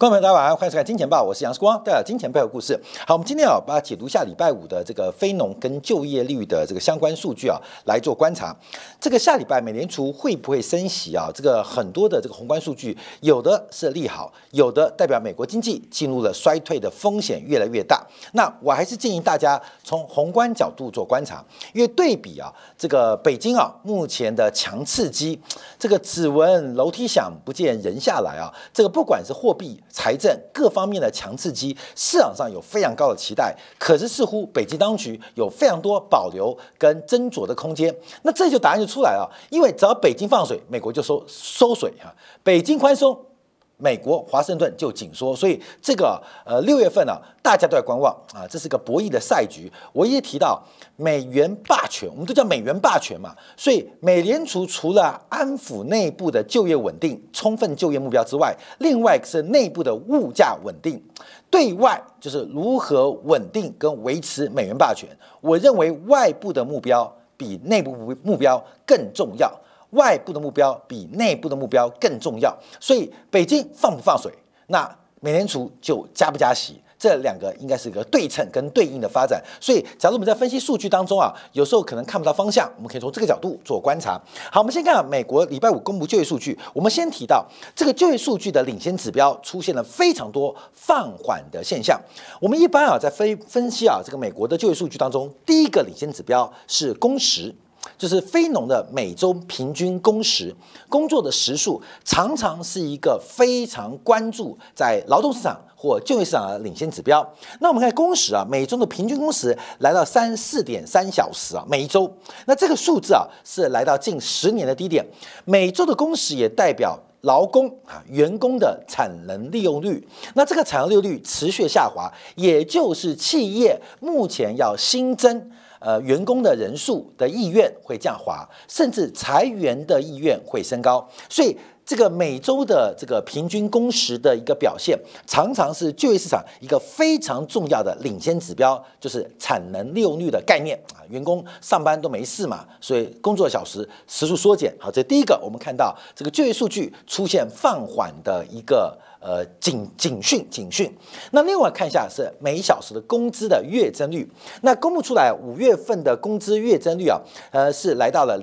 观众朋友，大家晚上好，欢迎收看《金钱报》，我是杨世光，带来金钱背后故事。好，我们今天把它解读一下礼拜五的这个非农跟就业率的这个相关数据来做观察。这个下礼拜美联储会不会升息这个很多的这个宏观数据，有的是利好，有的代表美国经济进入了衰退的风险越来越大。那我还是建议大家从宏观角度做观察，因为对比这个北京目前的强刺激，这个只闻楼梯响，不见人下来这个不管是货币、财政各方面的强刺激，市场上有非常高的期待，可是似乎北京当局有非常多保留跟斟酌的空间。那这就答案就出来了，因为只要北京放水，美国就收水北京宽松，美国华盛顿就紧缩，所以这个6月份大家都在观望这是个博弈的赛局。我也提到美元霸权，我们都叫美元霸权嘛，所以美联储除了安抚内部的就业稳定、充分就业目标之外，另外是内部的物价稳定，对外就是如何稳定跟维持美元霸权。我认为外部的目标比内部目标更重要。外部的目标比内部的目标更重要，所以北京放不放水，那美联储就加不加息，这两个应该是一个对称跟对应的发展。所以，假如我们在分析数据当中有时候可能看不到方向，我们可以从这个角度做观察。好，我们先看美国礼拜五公布就业数据。我们先提到这个就业数据的领先指标出现了非常多放缓的现象。我们一般在分析这个美国的就业数据当中，第一个领先指标是工时。就是非农的每周平均工时，工作的时数常常是一个非常关注在劳动市场或就业市场的领先指标。那我们看工时每周的平均工时来到34.3小时每一周，那这个数字是来到近10年的低点。每周的工时也代表劳工员工的产能利用率，那这个产能利用率持续下滑，也就是企业目前要新增员工的人数的意愿会降滑，甚至裁员的意愿会升高，所以这个每周的这个平均工时的一个表现，常常是就业市场一个非常重要的领先指标，就是产能利用率的概念员工上班都没事嘛，所以工作小时时数缩减。好，这第一个，我们看到这个就业数据出现放缓的一个警讯。那另外看一下是每小时的工资的月增率，那公布出来5月份的工资月增率是来到了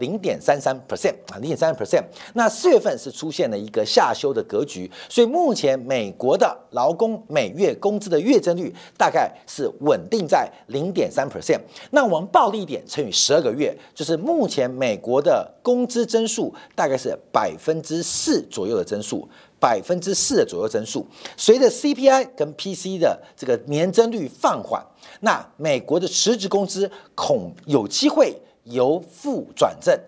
0.33%，0.3%。那4月份是出现了一个下修的格局，所以目前美国的劳工每月工资的月增率大概是稳定在0.3%。那我们暴力一点乘以12个月，就是目前美国的工资增速大概是4%左右的增速。4%的左右增速，随着 CPI 跟 PC 的这个年增率放缓，那美国的实质工资恐有机会由负转正。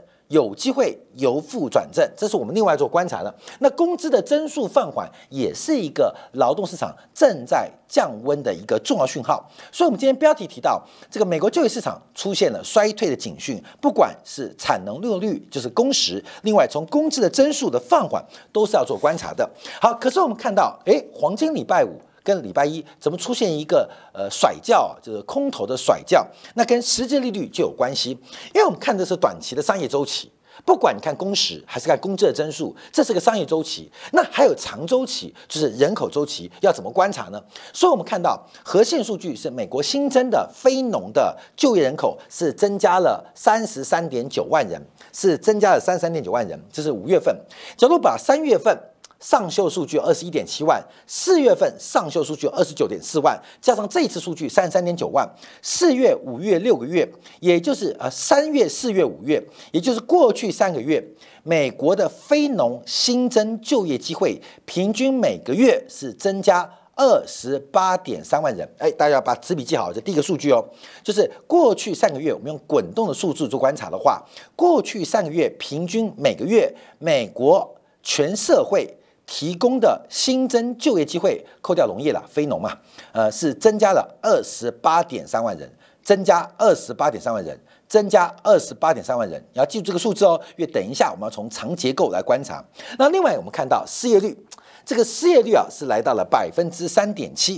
这是我们另外做观察的。那工资的增速放缓，也是一个劳动市场正在降温的一个重要讯号。所以，我们今天标题提到，这个美国就业市场出现了衰退的警讯，不管是产能利用率，就是工时，另外从工资的增速的放缓，都是要做观察的。好，可是我们看到，黄金礼拜五跟礼拜一怎么出现一个甩轿就是空头的甩轿，那跟实际利率就有关系，因为我们看的是短期的商业周期。不管你看工时还是看工资的增速，这是个商业周期。那还有长周期，就是人口周期，要怎么观察呢？所以我们看到核线数据是美国新增的非农的就业人口是增加了33.9万人，这是5月份。假如把3月份上修数据21.7万，4月份上修数据29.4万，加上这一次数据33.9万，4月、5月6个月，也就是3月、4月、5月，也就是过去3个月，美国的非农新增就业机会平均每个月是增加28.3万人。大家要把纸笔记好，这第一个数据就是过去3个月，我们用滚动的数字做观察的话，过去3个月平均每个月美国全社会提供的新增就业机会，扣掉农业了，非农嘛，是增加了28.3万人，增加28.3万人。你要记住这个数字因为等一下我们要从长结构来观察。那另外我们看到失业率，这个失业率是来到了3.7%。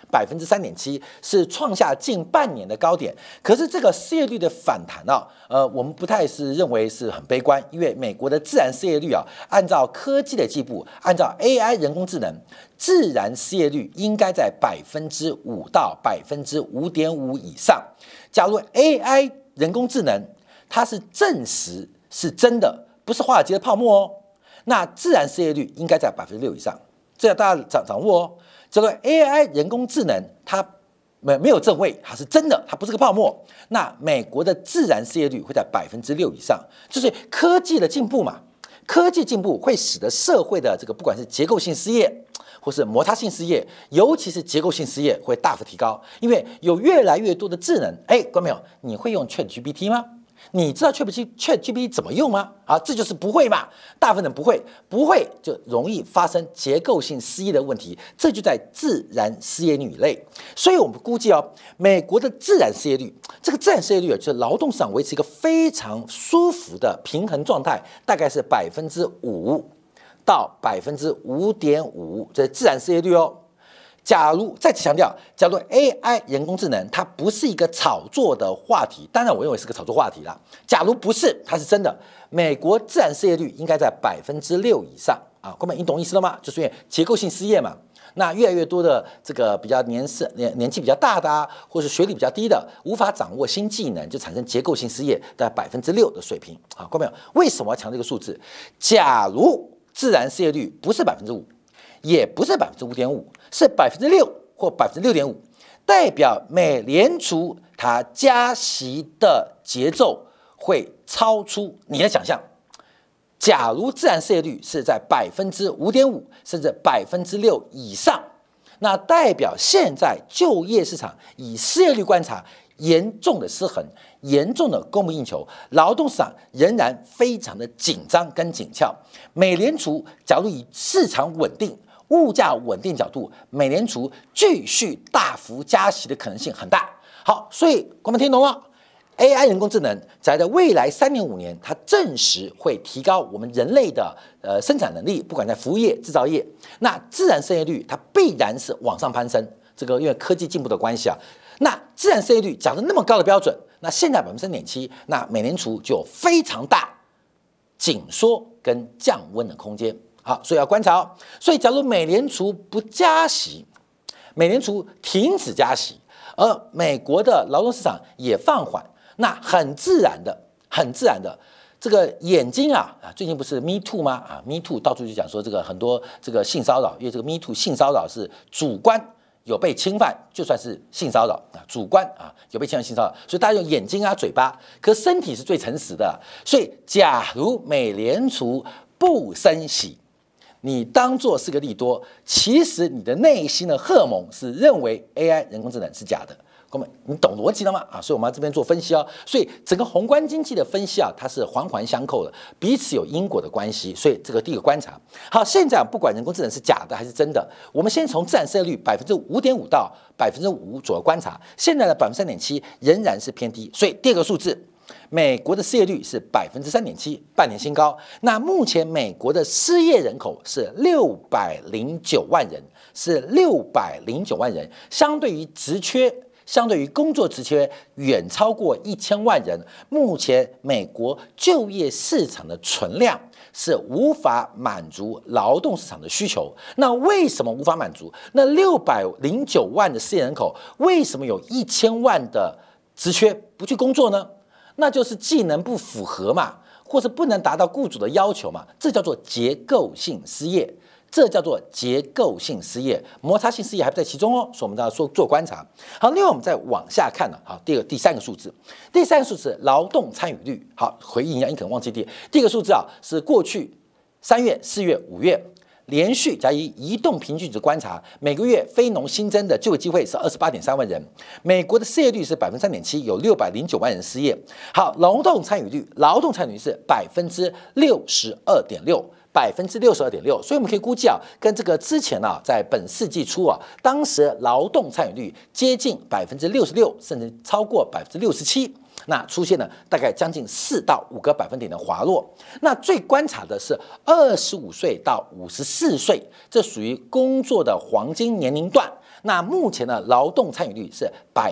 3.7%，是创下近半年的高点。可是这个失业率的反弹啊，我们不太是认为是很悲观，因为美国的自然失业率啊，按照科技的进步，按照 AI 人工智能，自然失业率应该在5%到5.5%以上。假如 AI 人工智能它是证实是真的，不是华尔街的泡沫哦，那自然失业率应该在6%以上，这要大家掌握哦。这个 AI 人工智能它没有正位，它是真的，它不是个泡沫。那美国的自然失业率会在6%以上，就是科技的进步嘛。科技进步会使得社会的这个不管是结构性失业，或是摩擦性失业，尤其是结构性失业会大幅提高，因为有越来越多的智能。观众朋友，你会用 ChatGPT 吗？你知道 ChatGPT 怎么用吗？这就是不会嘛，大部分人不会，不会就容易发生结构性失业的问题，这就在自然失业率类。所以我们估计美国的自然失业率，这个自然失业率就是劳动市场维持一个非常舒服的平衡状态，大概是5%到5.5%，这是自然失业率哦。假如再次强调，假如 AI 人工智能它不是一个炒作的话题，当然我认为是个炒作话题啦。假如不是，它是真的，美国自然失业率应该在6%以上啊。各位，你懂意思了吗？就是因为结构性失业嘛，那越来越多的这个比较年纪比较大的或是学历比较低的，无法掌握新技能，就产生结构性失业在6%的水平啊。各位，为什么要强调这个数字？假如自然失业率不是5%，也不是5.5%，是6%或6.5%，代表美联储它加息的节奏会超出你的想象。假如自然失业率是在5.5%甚至6%以上，那代表现在就业市场以失业率观察严重的失衡，严重的供不应求，劳动市场仍然非常的紧张跟紧俏。美联储假如以市场稳定、物价稳定角度，美联储继续大幅加息的可能性很大。好，所以观众听懂了 ？AI 人工智能在未来3年5年，它证实会提高我们人类的生产能力，不管在服务业、制造业，那自然失业率它必然是往上攀升。这个因为科技进步的关系那自然失业率讲的那么高的标准，那现在3.7%，那美联储就有非常大紧缩跟降温的空间。好，所以要观察哦。所以，假如美联储不加息，美联储停止加息，而美国的劳动市场也放缓，那很自然的，这个眼睛最近不是 Me Too 吗？Me Too 到处就讲说这个很多这个性骚扰，因为这个 Me Too 性骚扰是主观有被侵犯，就算是性骚扰主观有被侵犯性骚扰，所以大家用眼睛嘴巴，可身体是最诚实的。所以，假如美联储不升息，你当作是个利多，其实你的内心的荷尔蒙是认为 AI 人工智能是假的。各位，你懂逻辑了吗？所以我们要这边做分析所以整个宏观经济的分析它是环环相扣的，彼此有因果的关系。所以这个第一个观察。好，现在不管人工智能是假的还是真的，我们先从自然失业率5.5%到5%左右观察，现在的3.7%仍然是偏低。所以第二个数字，美国的失业率是3.7%，半年新高。那目前美国的失业人口是609万人，相对于职缺。相对于工作职缺远超过1000万人，目前美国就业市场的存量是无法满足劳动市场的需求。那为什么无法满足？那609万的失业人口，为什么有1000万的职缺不去工作呢？那就是技能不符合嘛，或是不能达到雇主的要求嘛，这叫做结构性失业。摩擦性失业还不在其中所以我们要做观察。好，另外我们再往下看好，第三个数字，劳动参与率。好，回应一下，你可能忘记第一个数字是过去3月、4月、5月连续加以移动平均值观察，每个月非农新增的就业机会是28.3万人，美国的失业率是3.7%，有609万人失业。好，劳动参与率是62.6%，所以我们可以估计跟这个之前在本世纪初当时劳动参与率接近66%，甚至超过67%。那出现了大概将近4到5个百分点的滑落。那最观察的是25岁到54岁，这属于工作的黄金年龄段。 那目前的劳动参与率是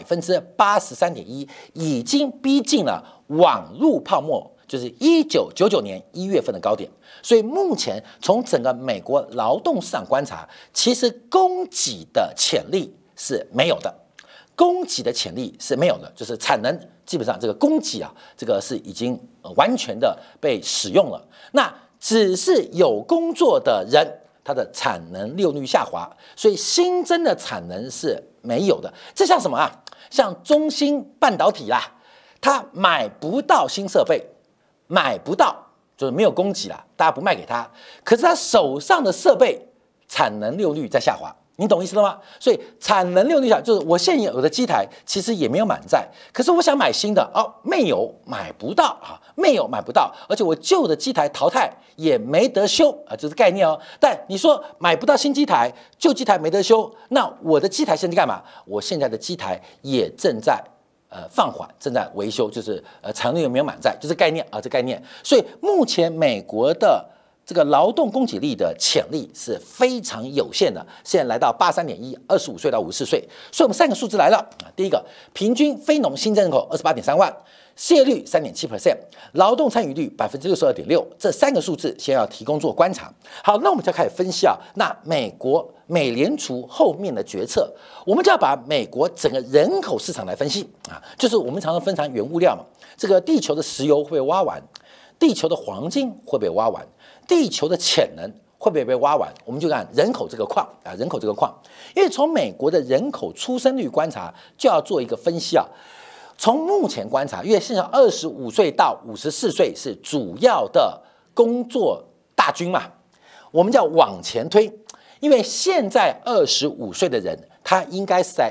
83.1%，已经逼近了网络泡沫，就是1999年1月份的高点。所以目前从整个美国劳动市场观察，其实供给的潜力是没有的，供给的潜力是没有的，就是产能基本上这个供给啊，这个是已经完全的被使用了。那只是有工作的人，它的产能利用率下滑，所以新增的产能是没有的。这像什么啊？像中芯半导体啦，它买不到新设备，买不到就是没有供给啦，大家不卖给他，可是他手上的设备产能利用率在下滑。你懂意思了吗？所以产能利用率下，就是我现有的机台其实也没有满载，可是我想买新的哦，没有买不到啊，没有买不到，而且我旧的机台淘汰也没得修啊，这是概念哦。但你说买不到新机台，旧机台没得修，那我的机台现在干嘛？我现在的机台也正在放缓，正在维修，就是产能有没有满载，就是概念啊，这概念。所以目前美国的这个劳动供给力的潜力是非常有限的，现在来到83.1%， 25岁到54岁。所以我们3个数字来了啊，第一个，平均非农新增人口28.3万，失业率3.7%，劳动参与率62.6%，这3个数字先要提供做观察。好，那我们就开始分析啊，那美联储后面的决策，我们就要把美国整个人口市场来分析啊，就是我们常常分成原物料嘛，这个地球的石油会被挖完，地球的黄金会被挖完，地球的潜能会不会被挖完？我们就看人口这个矿啊，人口这个矿，因为从美国的人口出生率观察，就要做一个分析啊。从目前观察，因为现在25岁到54岁是主要的工作大军嘛，我们叫往前推，因为现在25岁的人，他应该是在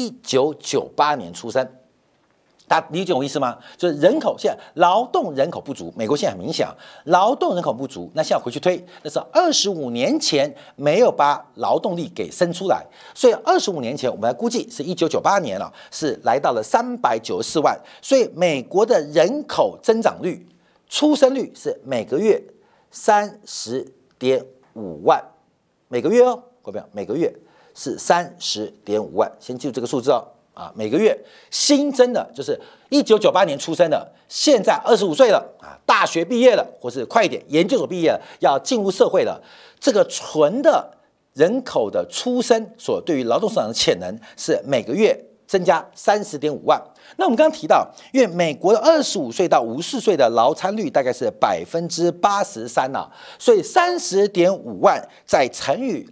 1998年出生。大家理解我意思吗？就是人口现在劳动人口不足，美国现在很明显，劳动人口不足，那现在回去推，那是25年前没有把劳动力给生出来，所以25年前我们来估计是1998年了，是来到了394万，所以美国的人口增长率、出生率是每个月30.5万，每个月哦，各位朋友，每个月是30.5万，先记住这个数字哦。啊，每个月新增的就是1998年出生的，现在25岁了啊，大学毕业了，或是快一点研究所毕业了，要进入社会了。这个纯的人口的出生所对于劳动市场的潜能是每个月增加30.5万。那我们刚刚提到，因为美国的25岁到54岁的劳参率大概是83%啊，所以30.5万再乘以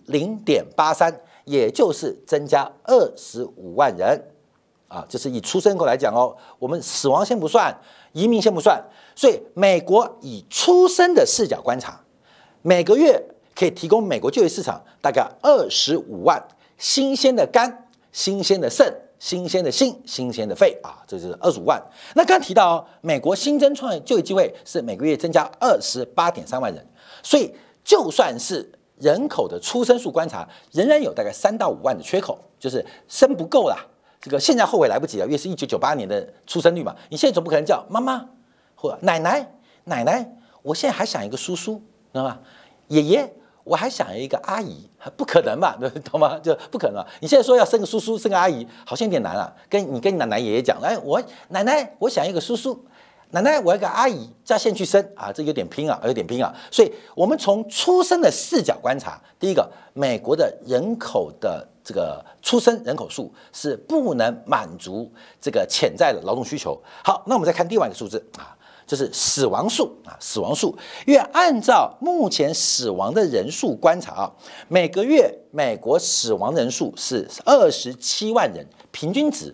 0.83，也就是增加25万人。啊，这是以出生人口来讲哦，我们死亡先不算，移民先不算，所以美国以出生的视角观察，每个月可以提供美国就业市场大概25万新鲜的肝、新鲜的肾、新鲜的心、新鲜的肺啊，这就是25万。那刚刚提到哦，美国新增创业就业机会是每个月增加28.3万人，所以就算是人口的出生数观察，仍然有大概3到5万的缺口，就是生不够啦。这个现在后悔来不及了，因为是1998年的出生率嘛，你现在总不可能叫妈妈或奶奶，我现在还想一个叔叔，知道吗？爷爷，我还想一个阿姨，不可能吧？懂吗？就不可能了。你现在说要生个叔叔，生个阿姨，好像有点难啊。跟你奶奶爷爷讲，哎，我奶奶，我想一个叔叔。奶奶，我要个阿姨，叫现去生啊，这有点拼啊，有点拼啊。所以，我们从出生的视角观察，第一个，美国的人口的这个出生人口数是不能满足这个潜在的劳动需求。好，那我们再看另外一个数字啊，就是死亡数啊，死亡数。因为按照目前死亡的人数观察啊，每个月美国死亡人数是27万人，平均值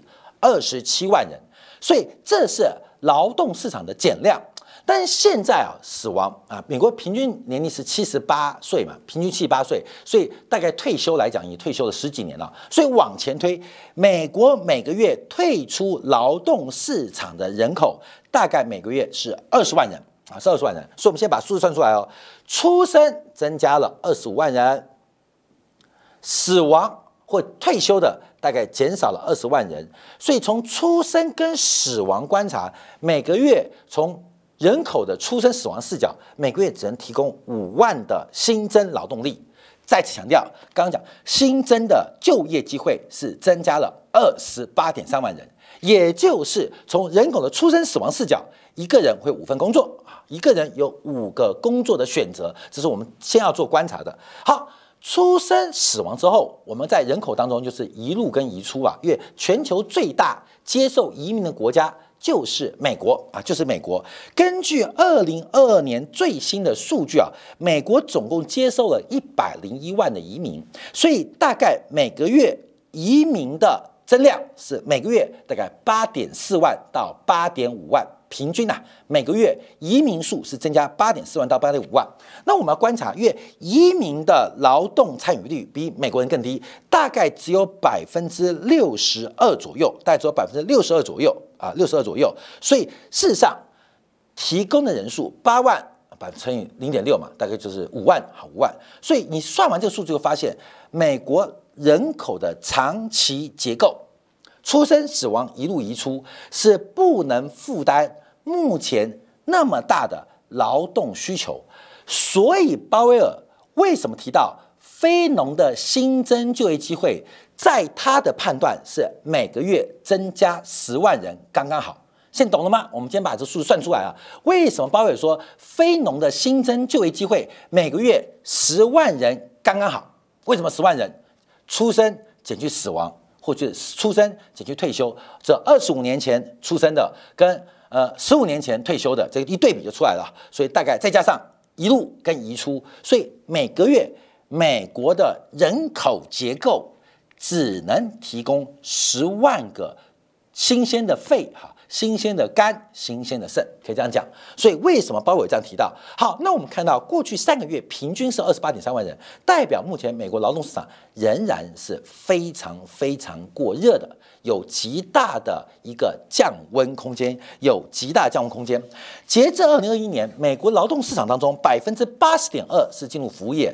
27万人，所以这是劳动市场的减量。但是现在啊，死亡啊，美国平均年龄是78岁嘛，平均78岁，所以大概退休来讲，已经退休了10几年了。所以往前推，美国每个月退出劳动市场的人口，大概每个月是20万人啊，是20万人。所以我们先把数字算出来哦，出生增加了25万人，死亡或退休的大概减少了20万人。所以从出生跟死亡观察，每个月从人口的出生死亡视角，每个月只能提供5万的新增劳动力， 再次强调，刚刚讲新增的就业机会是增加了28.3万人，也就是从人口的出生死亡视角，一个人会5份工作，一个人有5个工作的选择，这是我们先要做观察的。好，出生死亡之后，我们在人口当中就是移入跟移出啊，因为全球最大接受移民的国家就是美国啊，就是美国。根据2022年最新的数据啊，美国总共接受了101万的移民，所以大概每个月移民的增量是每个月大概8.4万到8.5万，平均每个月移民数是增加8.4万到8.5万。那我们要观察，因为移民的劳动参与率比美国人更低，大概只有62%左右，大概只有62%左右啊，62%左右。所以事实上，提供的人数8万乘以0.6嘛，大概就是5万，好5万。所以你算完这个数据，就发现美国人口的长期结构，出生、死亡、移入、移出是不能负担目前那么大的劳动需求，所以鲍威尔为什么提到非农的新增就业机会，在他的判断是每个月增加10万人刚刚好。现在懂了吗？我们今天把这数算出来啊。为什么鲍威尔说非农的新增就业机会每个月10万人刚刚好？为什么10万人？出生减去死亡，或者出生减去退休，这25年前出生的跟15年前退休的这个一对比就出来了。所以大概再加上移入跟移出，所以每个月美国的人口结构只能提供10万个新鲜的肺新鲜的肝、新鲜的肾，可以这样讲。所以为什么鲍威尔这样提到？好，那我们看到过去3个月平均是28.3万人，代表目前美国劳动市场仍然是非常非常过热的，有极大的一个降温空间，截至2021年，美国劳动市场当中80.2%是进入服务业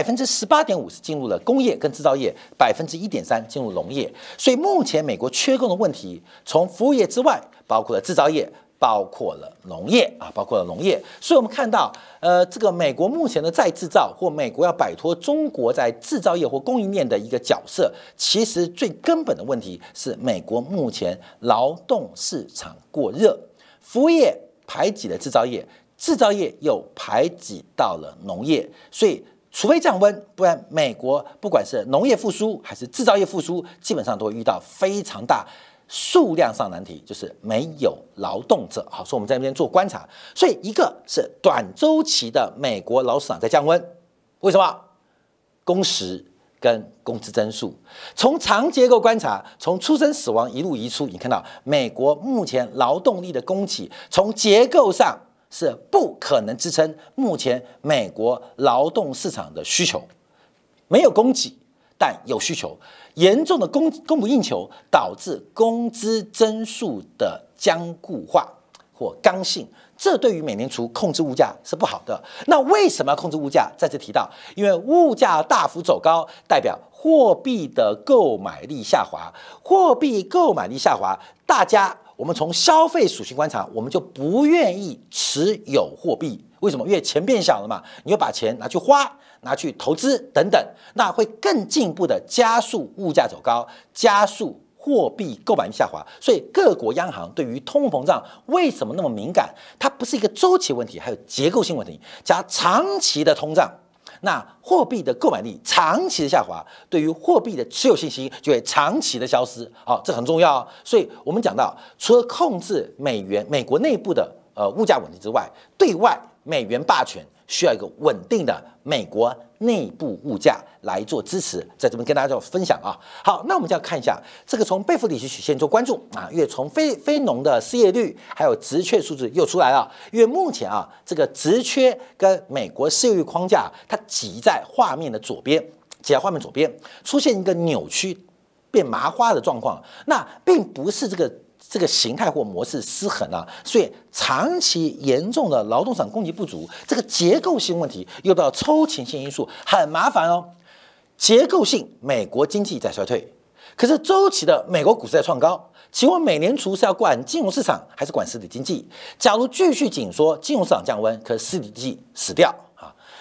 ，18.5%是进入了工业跟制造业，1.3%进入农业。所以目前美国缺工的问题，从服务业之外，包括了制造业，包括了农业。所以我们看到，这个美国目前的再制造，或美国要摆脱中国在制造业或供应链的一个角色，其实最根本的问题是美国目前劳动市场过热，服务业排挤了制造业，制造业又排挤到了农业，所以除非降温，不然美国不管是农业复苏还是制造业复苏，基本上都会遇到非常大数量上难题，就是没有劳动者。好，所以我们在那边做观察。所以一个是短周期的美国劳市场在降温，为什么？工时跟工资增速。从长结构观察，从出生、死亡、移入、移出，你看到美国目前劳动力的供给，从结构上是不可能支撑目前美国劳动市场的需求，没有供给，但有需求。严重的供不应求，导致工资增速的僵固化或刚性，这对于美联储控制物价是不好的。那为什么要控制物价？在这提到，因为物价大幅走高，代表货币的购买力下滑。货币购买力下滑，大家我们从消费属性观察，我们就不愿意持有货币。为什么？因为钱变小了嘛，你就把钱拿去花，拿去投资等等，那会更进一步的加速物价走高，加速货币购买力下滑。所以各国央行对于通货膨胀为什么那么敏感？它不是一个周期问题，还有结构性问题。加长期的通胀，那货币的购买力长期的下滑，对于货币的持有信心就会长期的消失。好，这很重要哦。所以我们讲到，除了控制美国内部的物价稳定之外，对外美元霸权需要一个稳定的美国内部物价来做支持，在这边跟大家做分享啊。好，那我们就要看一下这个从贝弗里奇曲线做关注啊，因为从非农的失业率还有职缺数字又出来了，因为目前这个职缺跟美国失业率框架它挤在画面的左边，出现一个扭曲变麻花的状况，那并不是这个形态或模式失衡所以长期严重的劳动市场供给不足，这个结构性问题又到抽前性因素，很麻烦哦。结构性，美国经济在衰退，可是周期的美国股市在创高。请问美联储是要管金融市场还是管实体经济？假如继续紧缩，金融市场降温，可是实体经济死掉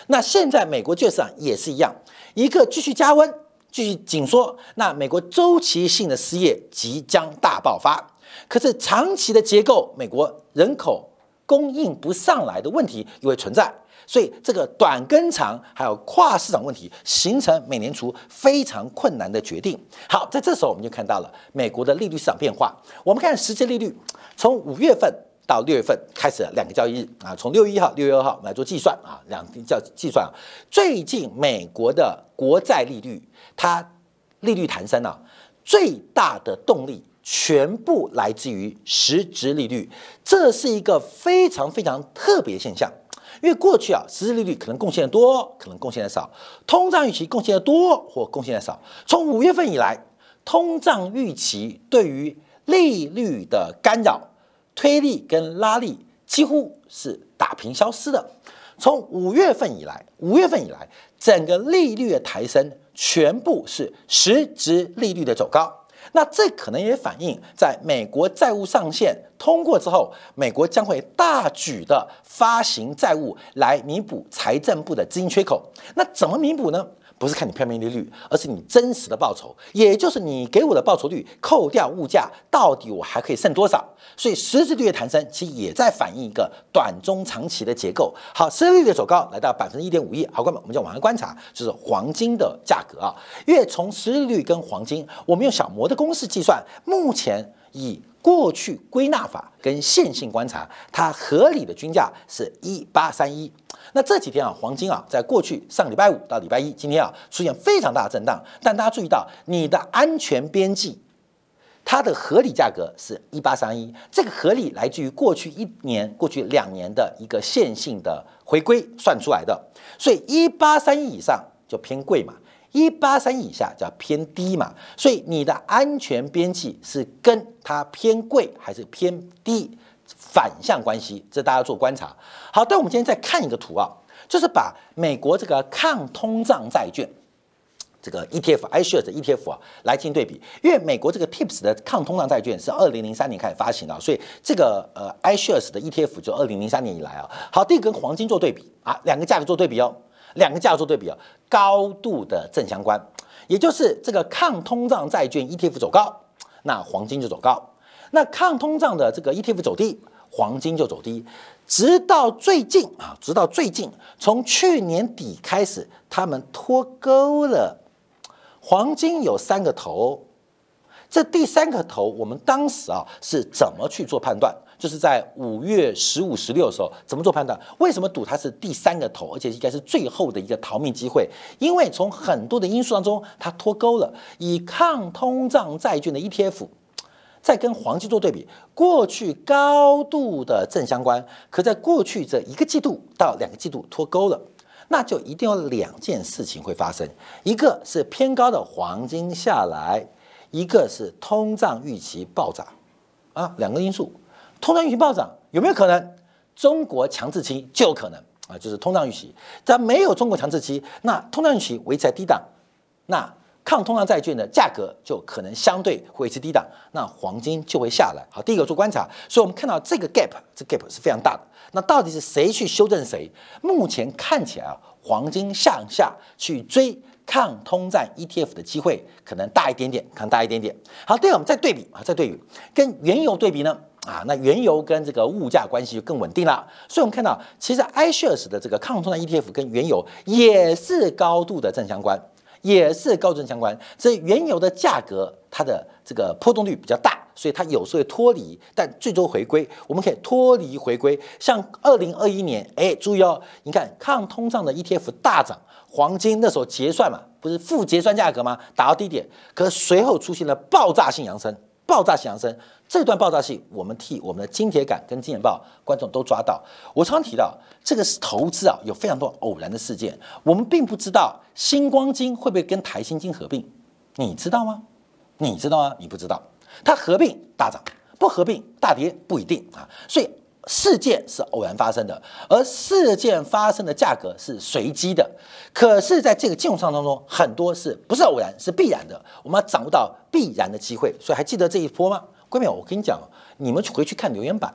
那现在美国就业市场也是一样，一个继续加温，继续紧缩，那美国周期性的失业即将大爆发。可是长期的结构，美国人口供应不上来的问题也会存在。所以这个短跟长还有跨市场问题，形成美联储非常困难的决定。好，在这时候我们就看到了美国的利率市场变化。我们看实际利率，从5月份到6月份开始2个交易日啊，从6月1号、6月2号来做计算啊，计算。最近美国的国债利率，它利率弹升啊，最大的动力全部来自于实质利率，这是一个非常非常特别的现象。因为过去啊，实质利率可能贡献的多，可能贡献的少；通胀预期贡献的多或贡献的少。从5月份以来，通胀预期对于利率的干扰、推力跟拉力几乎是打平消失的。从5月份以来，整个利率的抬升全部是实质利率的走高。那这可能也反映在美国债务上限通过之后，美国将会大举的发行债务来弥补财政部的资金缺口。那怎么弥补呢？不是看你票面利率，而是你真实的报酬，也就是你给我的报酬率扣掉物价，到底我还可以剩多少？所以实质利率的弹升其实也在反映一个短中长期的结构。好，实质利率的走高来到1.51%，好，哥们，我们就往上观察，就是黄金的价格啊。因为从实质利率跟黄金，我们用小摩的公式计算，目前以过去归纳法跟线性观察，它合理的均价是1831。那这几天啊，黄金啊，在过去上个礼拜5到礼拜1，今天啊出现非常大的震荡。但大家注意到，你的安全边际，它的合理价格是1831，这个合理来自于过去1年、过去2年的一个线性的回归算出来的。所以1831以上就偏贵嘛，183以下叫偏低嘛，所以你的安全边际是跟它偏贵还是偏低反向关系，这大家做观察。好，但我们今天再看一个图啊，就是把美国这个抗通胀债券这个 ETF iShares 的 ETF 啊来进行对比，因为美国这个 TIPS 的抗通胀债券是2003年开始发行的，所以这个iShares 的 ETF 就2003年以来啊。好，第一个跟黄金做对比啊，两个价格做对比哦。高度的正相关，也就是这个抗通胀债券 ETF 走高，那黄金就走高；那抗通胀的这个 ETF 走低，黄金就走低。直到最近，从去年底开始，他们脱钩了。黄金有3个头，这第3个头，我们当时啊是怎么去做判断？就是在5月15、16的时候，怎么做判断？为什么赌它是第3个头，而且应该是最后的一个逃命机会？因为从很多的因素当中，它脱钩了。以抗通胀债券的 ETF， 再跟黄金做对比，过去高度的正相关，可在过去这1个季度到2个季度脱钩了。那就一定有2件事情会发生，一个是偏高的黄金下来，一个是通胀预期暴涨啊，2个因素。通胀预期暴涨有没有可能？中国强制期就有可能啊，就是通胀预期。但没有中国强制期，那通胀预期维持在低档，那抗通胀债券的价格就可能相对维持低档，那黄金就会下来。好，第一个做观察，所以我们看到这个 gap 是非常大的。那到底是谁去修正谁？目前看起来啊，黄金向下去追抗通胀 ETF 的机会可能大一点点，好，第二我们再对比跟原油对比呢？啊，那原油跟这个物价关系就更稳定了。所以我们看到，其实 iShares 的这个抗通胀 ETF 跟原油也是高度的正相关，所以原油的价格它的这个波动率比较大，所以它有时候会脱离，但最终回归，我们可以脱离回归。像2021年，注意哦，你看抗通胀的 ETF 大涨，黄金那时候结算嘛，不是负结算价格吗？打到低点，可是随后出现了爆炸性扬升。这段爆炸性，我们替我们的金铁杆跟金钱豹观众都抓到。我常提到，这个是投资啊，有非常多偶然的事件，我们并不知道星光金会不会跟台新金合并，你知道吗？你不知道，它合并大涨，不合并大跌不一定啊。所以事件是偶然发生的，而事件发生的价格是随机的。可是，在这个金融市场当中，很多是不是偶然，是必然的。我们要掌握到必然的机会。所以还记得这一波吗？各位朋友，我跟你讲，你们回去看留言板啊，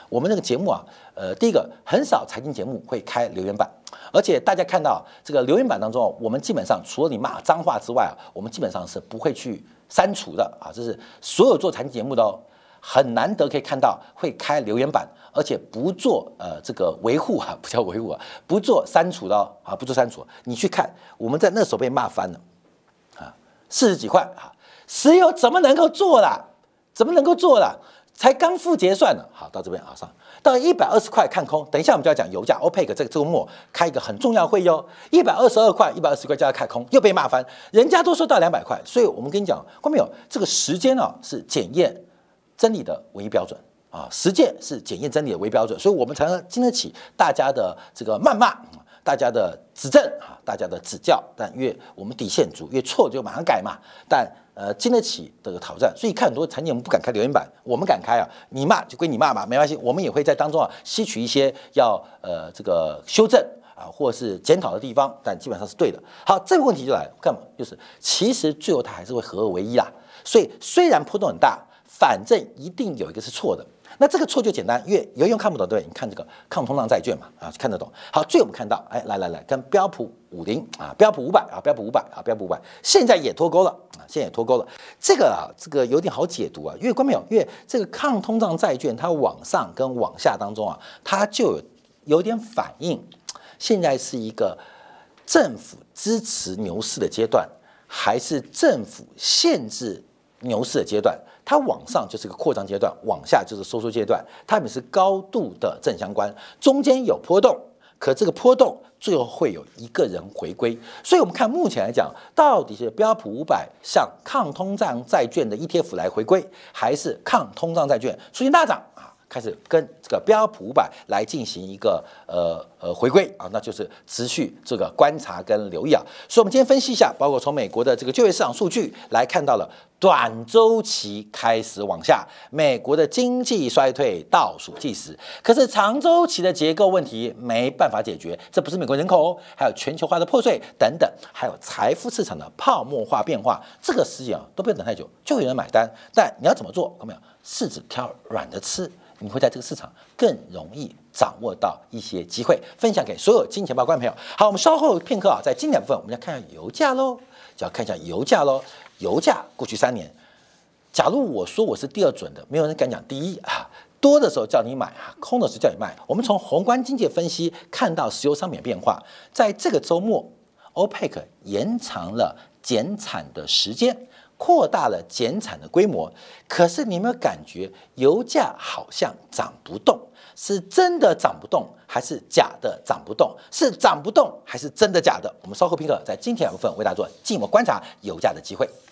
我们那个节目啊，第一个很少财经节目会开留言板，而且大家看到这个留言板当中，我们基本上除了你骂脏话之外啊，我们基本上是不会去删除的啊，这是所有做财经节目的哦，很难得可以看到会开留言板，而且不做这个维护啊，不叫维护啊，不做删除的哦啊，不做删除，你去看我们在那时候被骂翻了啊，40几块啊，石油怎么能够做啦？怎么能够做啦？才刚复结算呢，好，到这边啊上到120块看空。等一下我们就要讲油价 ，OPEC 这个周末开一个很重要的会议哦，122块、120块叫他看空，又被骂翻，人家都说到200块，所以我们跟你讲，看到没有？这个时间啊是检验真理的唯一标准啊，实践是检验真理的唯一标准，所以我们才能经得起大家的这个谩骂，大家的指正啊，大家的指教。但越我们底线足，越错就马上改嘛。但经得起这个挑战，所以看很多财经节目不敢开留言板，我们敢开啊，你骂就归你骂嘛，没关系，我们也会在当中啊吸取一些要这个修正啊或是检讨的地方，但基本上是对的。好，这个问题就来了，干嘛？就是其实最后它还是会合二为一啦。所以虽然波动很大，反正一定有一个是错的。那这个错就简单，因为有用看不懂，对不对？你看这个抗通胀债券嘛，啊，看得懂。好，最后我们看到，哎，来，跟标普50啊，标普500啊，标普500，现在也脱钩了啊，现在也脱钩了。这个有点好解读啊，因为观众朋友，因为这个抗通胀债券它往上跟往下当中啊，它就有点反映，现在是一个政府支持牛市的阶段，还是政府限制牛市的阶段？它往上就是个扩张阶段，往下就是收缩阶段，它们是高度的正相关，中间有波动，可这个波动最后会有一个人回归。所以我们看目前来讲，到底是标普500向抗通胀债券的 ETF 来回归，还是抗通胀债券出现大涨啊？开始跟这个标普500来进行一个回归啊，那就是持续这个观察跟留意啊。所以，我们今天分析一下，包括从美国的这个就业市场数据来看到了短周期开始往下，美国的经济衰退倒数计时。可是长周期的结构问题没办法解决，这不是美国人口哦，还有全球化的破碎等等，还有财富市场的泡沫化变化，这个事情啊都不用等太久，就有人买单。但你要怎么做？看到没有？柿子挑软的吃。你会在这个市场更容易掌握到一些机会，分享给所有金钱豹观众朋友。好，我们稍后片刻啊，在经典部分我们要看一下油价喽，就要看一下油价喽。油价过去3年，假如我说我是第二准的，没有人敢讲第一啊。多的时候叫你买啊，空的时候叫你卖。我们从宏观经济分析看到石油商品变化，在这个周末 ，OPEC 延长了减产的时间。扩大了减产的规模，可是你有没有感觉油价好像涨不动？是真的涨不动，还是假的涨不动？是涨不动，还是真的假的？我们稍后片刻在今天的部分为大家做进一步观察油价的机会。